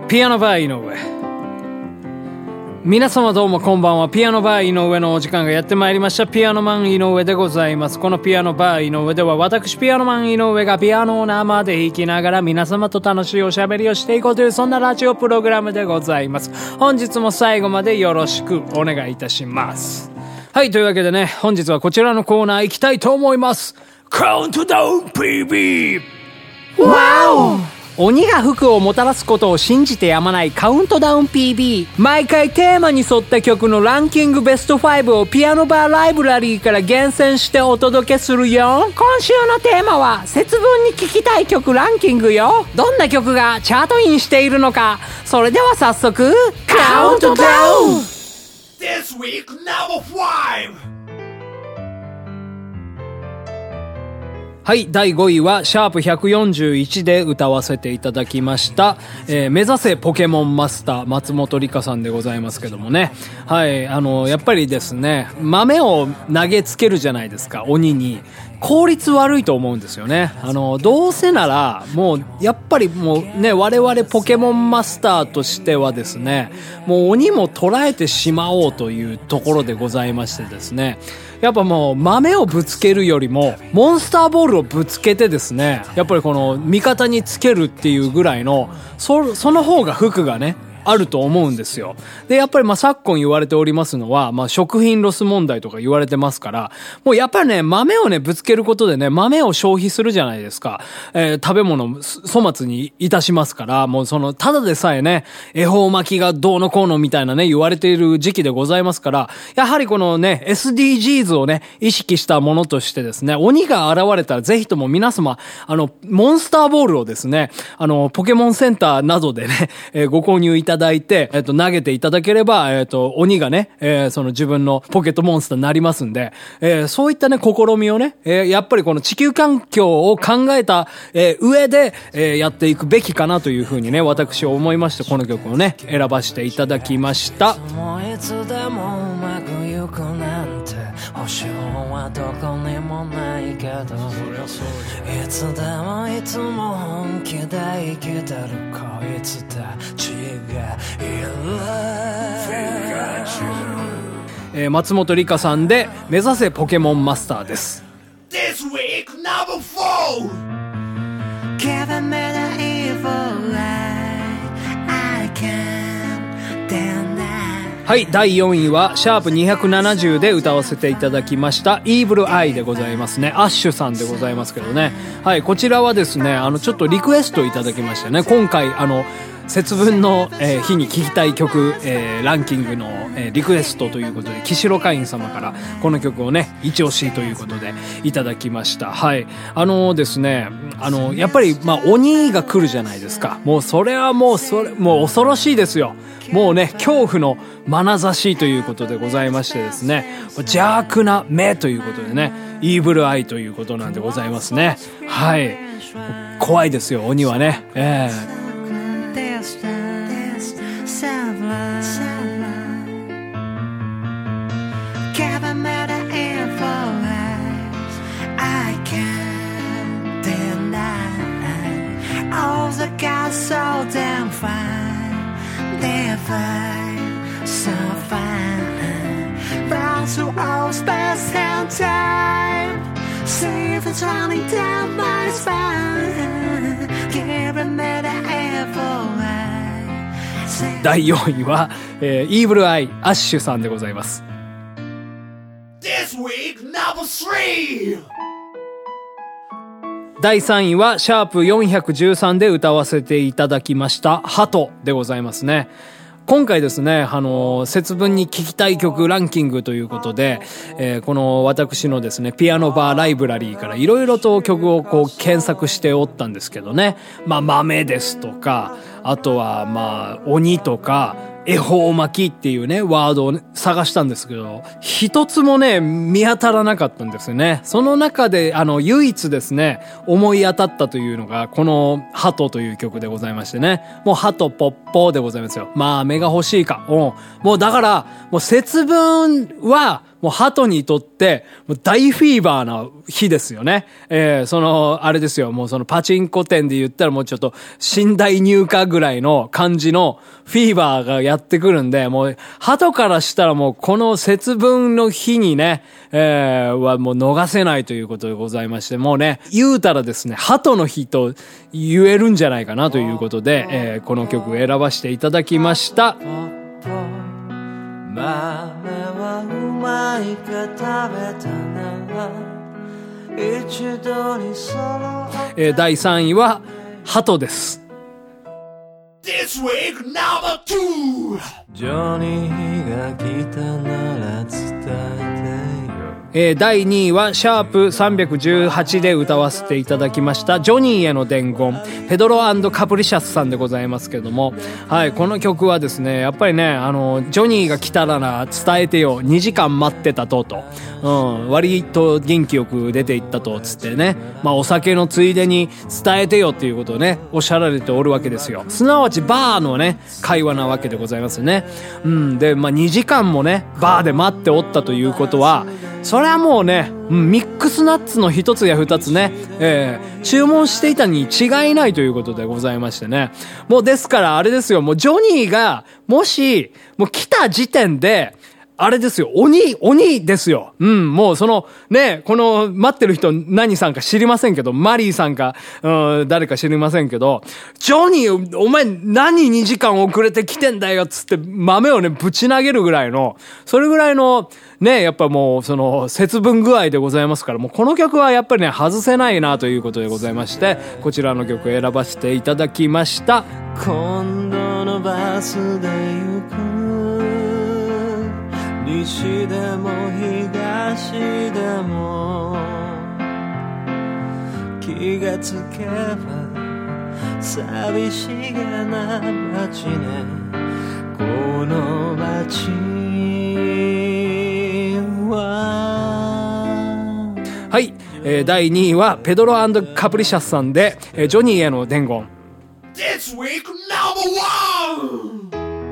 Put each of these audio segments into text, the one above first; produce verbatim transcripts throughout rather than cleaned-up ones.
ピアノバー井上。皆様どうもこんばんは。ピアノバー井上のお時間がやってまいりました。ピアノマン井上でございます。このピアノバー井上では、私ピアノマン井上がピアノを生で弾きながら皆様と楽しいおしゃべりをしていこうという、そんなラジオプログラムでございます。本日も最後までよろしくお願いいたします。はい、というわけでね、本日はこちらのコーナー行きたいと思います。カウントダウン ピービー。 わお、鬼が福をもたらすことを信じてやまないカウントダウン ピービー。 毎回テーマに沿った曲のランキングベストファイブをピアノバーライブラリーから厳選してお届けするよ。今週のテーマは節分に聴きたい曲ランキングよ。どんな曲がチャートインしているのか、それでは早速カウントダウン。 This week number five。 はい、だいごいはシャープひゃくよんじゅういちで歌わせていただきました、えー、目指せポケモンマスター松本里香さんでございますけどもね。はい、あのやっぱりですね、豆を投げつけるじゃないですか、鬼に。効率悪いと思うんですよね。あのどうせならもうやっぱりもうね、我々ポケモンマスターとしてはですね、もう鬼も捉えてしまおうというところでございましてですね、やっぱもう豆をぶつけるよりもモンスターボールをぶつけてですね、やっぱりこの味方につけるっていうぐらいのそ, その方が服がねあると思うんですよ。で、やっぱりまあ昨今言われておりますのは、まあ食品ロス問題とか言われてますから、もうやっぱりね、豆をね、ぶつけることでね、豆を消費するじゃないですか。えー、食べ物を粗末にいたしますから、もうその、ただでさえね、恵方巻きがどうのこうのみたいなね、言われている時期でございますから、やはりこのね、エスディージーズ をね、意識したものとしてですね、鬼が現れたらぜひとも皆様、あの、モンスターボールをですね、あの、ポケモンセンターなどでね、えー、ご購入いただいて、抱いて、えっと、投げていただければ、えっと、鬼がね、えー、その自分のポケットモンスターになりますんで、えー、そういったね、試みをね、えー、やっぱりこの地球環境を考えた、えー、上で、えー、やっていくべきかなというふうにね、私は思いまして、この曲をね、選ばせていただきました。 いつでもうまくいくなんて保証はどこにもないけど、いつでもいつも本気で生きてるこいつたちがいる。 えー、松本里香さんで目指せポケモンマスターです。 This week number four。 Give me the evil eye I can't deny。 はい、だいよんいはシャープにひゃくななじゅうで歌わせていただきましたイーブルアイでございますね。アッシュさんでございますけどね。はい、こちらはですね、あのちょっとリクエストいただきましたね。今回あの節分の、えー、日に聴きたい曲、えー、ランキングの、えー、リクエストということで、岸路会員様からこの曲をね、一押しということでいただきました。はい。あのー、ですね、あのー、やっぱり、まあ、鬼が来るじゃないですか。もうそれはもう、それ、もう恐ろしいですよ。もうね、恐怖の眼差しということでございましてですね、邪悪な目ということでね、イーブルアイということなんでございますね。はい。怖いですよ、鬼はね。えー So damn fine, they're fine, so fine. Bound to all space and time. See if it's running down my spine. Giving me the evil eye. だいよんいは、えー、イーブルアイアッシュさんでございます。 This week number three。 だいさんいはシャープよんひゃくじゅうさんで歌わせていただきましたハトでございますね。今回ですね、あの、節分に聴きたい曲ランキングということで、えー、この私のですね、ピアノバーライブラリーからいろいろと曲をこう検索しておったんですけどね。まあ、豆ですとか、あとはまあ、鬼とか、恵方巻きっていうね、ワードを、ね、探したんですけど、一つもね、見当たらなかったんですよね。その中で、あの、唯一ですね、思い当たったというのが、この、ハトという曲でございましてね。もう、ハトポッポーでございますよ。まあ、目が欲しいか。うん。もう、だから、もう、節分は、 もう鳩にとって、もう大フィーバーな日ですよね。えー、その、あれですよ、もうそのパチンコ店で言ったらもうちょっと、寝台入荷ぐらいの感じのフィーバーがやってくるんで、もう、鳩からしたらもうこの節分の日にね、えー、はもう逃せないということでございまして、もうね、言うたらですね、鳩の日と言えるんじゃないかなということで、えー、この曲を選ばせていただきました。 豆はうまいか食べたなら一度にそろえー、だいさんいは鳩です。 This week number two ジョニーが来たなら伝えてえー、だいにいはシャープさんびゃくじゅうはちで歌わせていただきましたジョニーへの伝言、ペドロ&カプリシャスさんでございますけども、はい、この曲はですね、やっぱりね、あのジョニーが来たらな伝えてよ、にじかん待ってたとと、うん、割と元気よく出ていったとつってね、まあお酒のついでに伝えてよっていうことをねおっしゃられておるわけですよ。すなわちバーのね会話なわけでございますね。うん、でまあにじかんもねバーで待っておったということは、それはもうね、ミックスナッツの一つや二つね、えー、注文していたに違いないということでございましてね。もうですからあれですよ、もうジョニーが、もし、もう来た時点で、あれですよ、鬼、鬼ですよ。うん、もうその、ね、この、待ってる人何さんか知りませんけど、マリーさんか、うん、誰か知りませんけど、ジョニー、お前何にじかん遅れて来てんだよ、つって豆をね、ぶち投げるぐらいの、それぐらいの、ね、やっぱもう、その、節分具合でございますから、もうこの曲はやっぱりね、外せないなということでございまして、こちらの曲を選ばせていただきました。 今度のバスで行く西でも東でも気がつけば寂しげな街ね、この街は。 はい、えー、だいにいはペドロ&カプリシャスさんで、えー、ジョニーへの伝言。 This week number one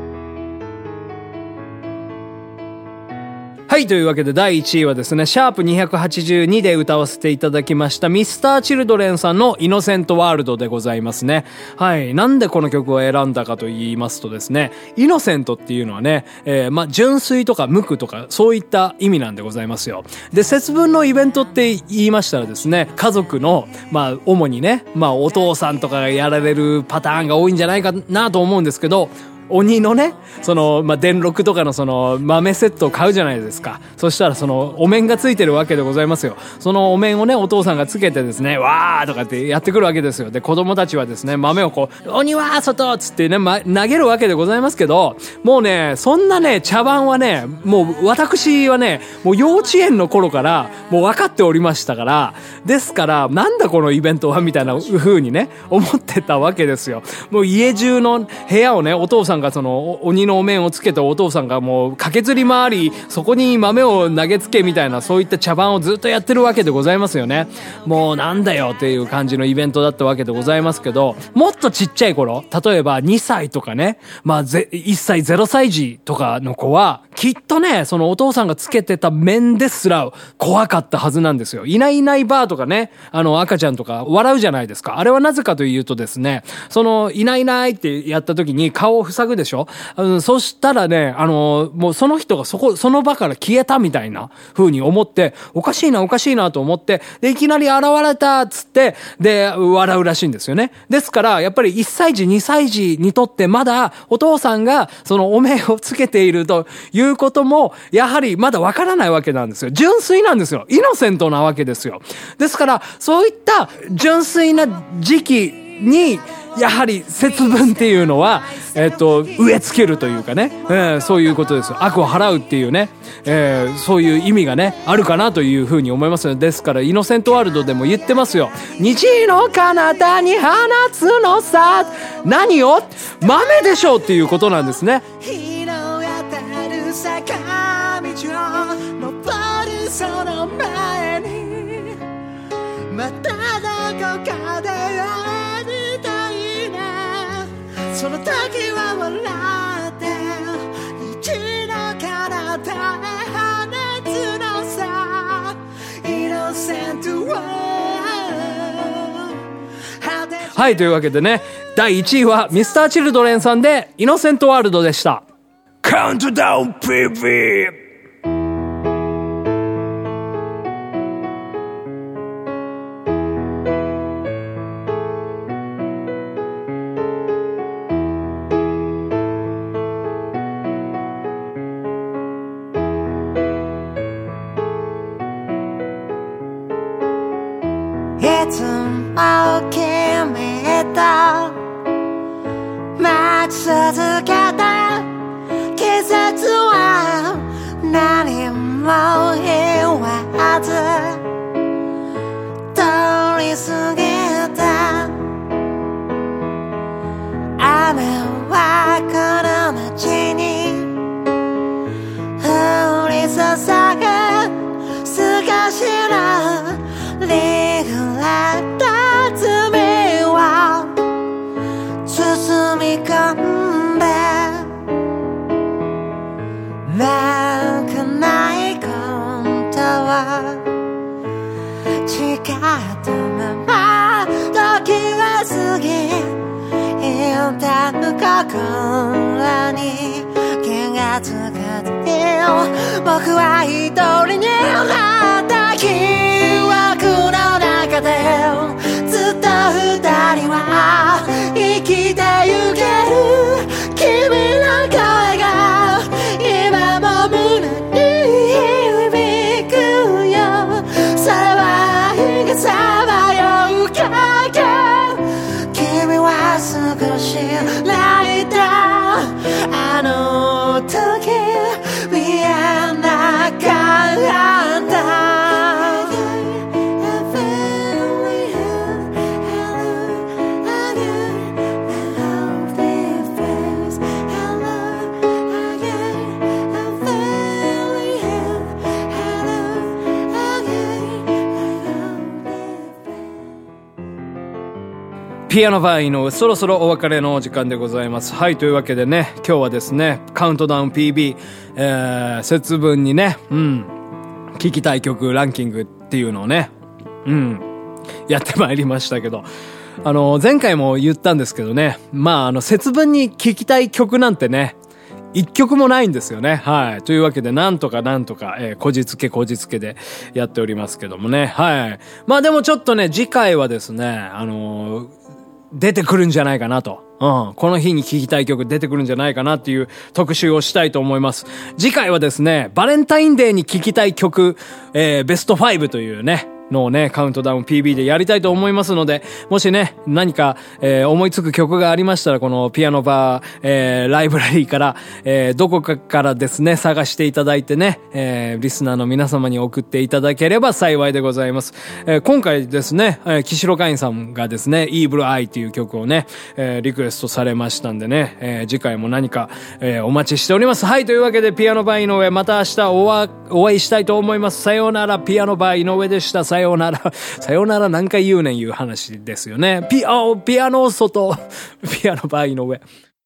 はい、というわけでだいいちいはですね、シャープにひゃくはちじゅうにで歌わせていただきましたミスターチルドレンさんのイノセントワールドでございますね。はい、なんでこの曲を選んだかと言いますとですね、イノセントっていうのはね、えー、まあ、純粋とか無垢とかそういった意味なんでございますよ。で、節分のイベントって言いましたらですね、家族の、まあ、主にね、まあ、お父さんとかがやられるパターンが多いんじゃないかなと思うんですけど、鬼のね、その、まあ、電録とかのその、豆セットを買うじゃないですか。そしたらその、お面がついてるわけでございますよ。そのお面をね、お父さんがつけてですね、わーとかってやってくるわけですよ。で、子供たちはですね、豆をこう、鬼はー外つってね、ま、投げるわけでございますけど、もうね、そんなね、茶番はね、もう私はね、もう幼稚園の頃から、もう分かっておりましたから、ですから、なんだこのイベントはみたいな風にね、思ってたわけですよ。もう家中の部屋をね、お父さんがその鬼のお面をつけたお父さんがもう駆けずり回り、そこに豆を投げつけみたいな、そういった茶番をずっとやってるわけでございますよね。もうなんだよっていう感じのイベントだったわけでございますけど、もっとちっちゃい頃、例えばにさいとかね、まあいっさいぜろさい児とかの子はきっとね、そのお父さんがつけてた面ですら怖かったはずなんですよ。いないいないばーとかね、あの赤ちゃんとか笑うじゃないですか。あれはなぜかというとですね、そのいないいないってやった時に顔を塞ぐでしょ。うん、そしたらね、あのもうその人がそこその場から消えたみたいな風に思って、おかしいなおかしいなと思って、でいきなり現れたっつってで笑うらしいんですよね。ですからやっぱりいっさい児にさい児にとってまだお父さんがそのお面をつけているということもやはりまだわからないわけなんですよ。純粋なんですよ。イノセントなわけですよ。ですからそういった純粋な時期にやはり節分っていうのは、えっと、植え付けるというかね、えー、そういうことですよ。悪を払うっていうね、えー、そういう意味がね、あるかなというふうに思いますよ。ですから、イノセントワールドでも言ってますよ。虹の彼方に放つのさ、何を豆でしょうっていうことなんですね。 日の当たる坂道を登るその前に、またどこかでその時は笑って虹の彼方へ放つはい、というわけでね、だいいちいはミスターチルドレンさんでイノセントワールドでした。 カウントダウン ピービー。 いつも決めた待ち続けた季節は何も言わず通り過ぎた。雨はこの街に降り注ぐ少しのリグレット罪を包み込んでなくないことは誓ったまま時は過ぎ痛む心に気がつかって僕は一人になった記憶の中でずっと二人は生きてゆける。君の声が今も胸に響くよ。それは愛がさまよう影。君は少し泣いたあの時見えなかった。 ピアノバーのそろそろお別れのお時間でございます。はい、というわけでね、今日はですね、カウントダウン ピービー、えー、節分にね、うん、聴きたい曲ランキングっていうのをね、うん、やってまいりましたけど、あの、前回も言ったんですけどね、まあ、あの、節分に聴きたい曲なんてね、一曲もないんですよね。はい。というわけで、なんとかなんとか、えー、こじつけこじつけでやっておりますけどもね。はい。まあでもちょっとね、次回はですね、あのー、出てくるんじゃないかなと。うん。この日に聴きたい曲出てくるんじゃないかなっていう特集をしたいと思います。次回はですね、バレンタインデーに聴きたい曲、えー、ベストファイブというね、のをね、カウントダウン ピービー でやりたいと思いますので、もしね、何か、えー、思いつく曲がありましたら、このピアノバー、えー、ライブラリーから、えー、どこかからですね、探していただいてね、えー、リスナーの皆様に送っていただければ幸いでございます。えー、今回ですね、えー、岸路会員さんがですね、Evil Eye っていう曲をね、えー、リクエストされましたんでね、えー、次回も何か、えー、お待ちしております。はい、というわけで、ピアノバー井上、また明日おわ、お会いしたいと思います。さようなら、ピアノバー井上でした。さようなら。さようなら何回言うねんいう話ですよね。ピア、ピアノ外、ピアノバー井上。